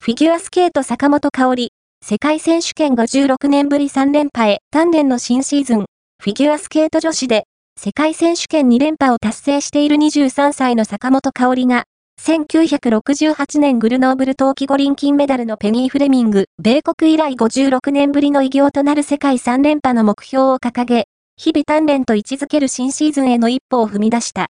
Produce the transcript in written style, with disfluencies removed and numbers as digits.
フィギュアスケート坂本花織、世界選手権56年ぶり3連覇へ、鍛錬の新シーズン、フィギュアスケート女子で、世界選手権2連覇を達成している23歳の坂本花織が、1968年グルノーブル冬季五輪金メダルのペニー・フレミング、米国以来56年ぶりの偉業となる世界3連覇の目標を掲げ、日々鍛錬と位置づける新シーズンへの一歩を踏み出した。